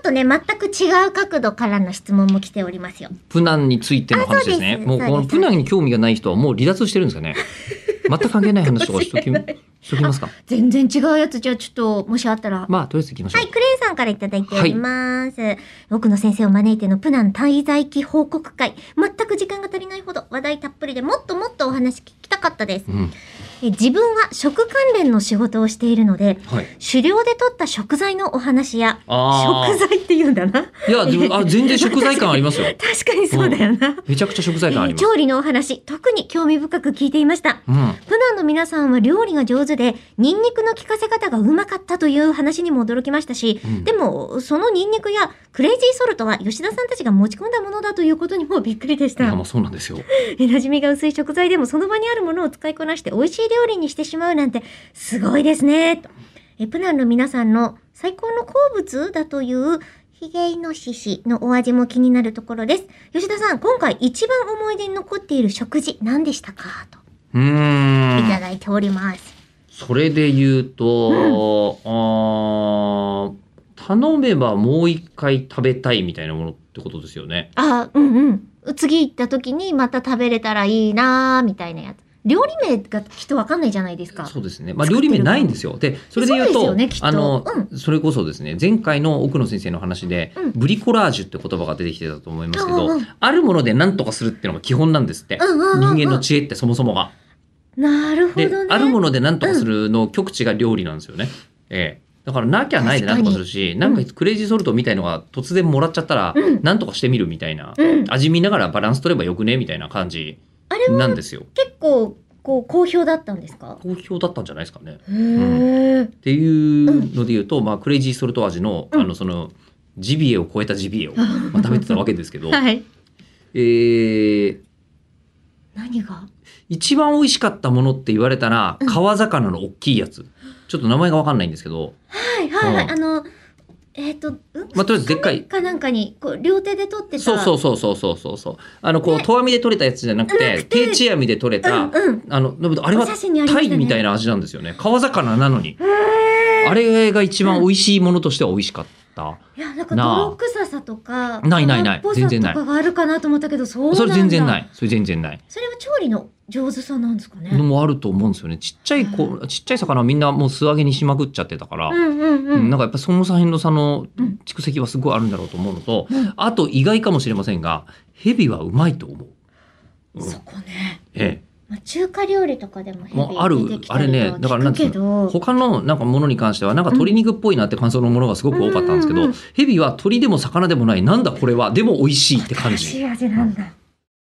とね、全く違う角度からの質問も来ておりますよ。 プナンについての話ですね。もうこのプナンに興味がない人はもう離脱してるんですかね。全く関係ない話とかしときますか。 全然違うやつ、じゃあちょっと、もしあったら。 まあ、とりあえず行きましょう。 はい、クレイさんからいただいております。奥野先生を招いてのプナン滞在期報告会。全く時間が足りないほど話題たっぷりでもっともっとお話聞きたかったです。自分は食関連の仕事をしているので、狩猟で取った食材のお話や、食材って言うんだな。 いや、でも全然食材感ありますよ。 確かにそうだよな。 めちゃくちゃ食材感あります。 調理のお話、特に興味深く聞いていました。プナンの皆さんは料理が上手で、ニンニクの効かせ方がうまかったという話にも驚きましたし、でも、そのニンニクやクレイジーソルトは吉田さんたちが持ち込んだものだということにもびっくりでした。 いや、もうそうなんですよ。 馴染みが薄い食材でもその場にあるものを使いこなして美味しい料理にしてしまうなんてすごいですね。プナンの皆さんの最高の好物だというヒゲイノシシのお味も気になるところです。吉田さん、今回一番思い出に残っている食事何でしたかといただいております。 それで言うと、頼めばもう一回食べたいみたいなものってことですよね。 次行った時にまた食べれたらいいなーみたいなやつ。料理名がきっとわかんないじゃないですか。 そうですね。まあ料理名ないんですよ。で、それで言うと、それこそですね、前回の奥野先生の話で、ブリコラージュって言葉が出てきてたと思いますけど、あるもので何とかするっていうのが基本なんですって。人間の知恵ってそもそもが。 なるほどね。 で、あるもので何とかするの極致が料理なんですよね。だからなきゃないで何とかするし、なんかクレイジーソルトみたいのが突然もらっちゃったら、何とかしてみるみたいな、味見ながらバランス取ればよくねみたいな感じなんですよ。 結構こう好評だったんですか？ 好評だったんじゃないですかね。っていうので言うと、まあクレイジーソルト味のそのジビエを超えたジビエを食べてたわけですけど、 何が一番美味しかったものって言われたら、川魚の大きいやつ。ちょっと名前がわかんないんですけど。まあ、とりあえずでっかい。 かなんかに、こう、両手で取ってた。 そう。こう、と網で取れたやつじゃなくて、定置網で取れた、あれはタイみたいな味なんですよね。川魚なのに。あれが一番美味しいものとしては美味しかった。 いや、なんか泥臭さとか、 ない。全然ない。 とかがあるかなと思ったけど、そうなんだ。 それ全然ない。それは調理の上手さなんですかね。 のもあると思うんですよね。ちっちゃい魚はみんなもう素揚げにしまくっちゃってたから、なんかやっぱその辺の差の蓄積はすごいあるんだろうと思うのと、あと意外かもしれませんが、ヘビはうまいと思う。 そこね。中華料理とかでもヘビ出てきたりとあれね、だからなんていうの、他のなんかものに関してはなんか鶏肉っぽいなって感想のものがすごく多かったんですけど、ヘビは鶏でも魚でもない、なんだこれはでも美味しいって感じ。 新しい味なんだ。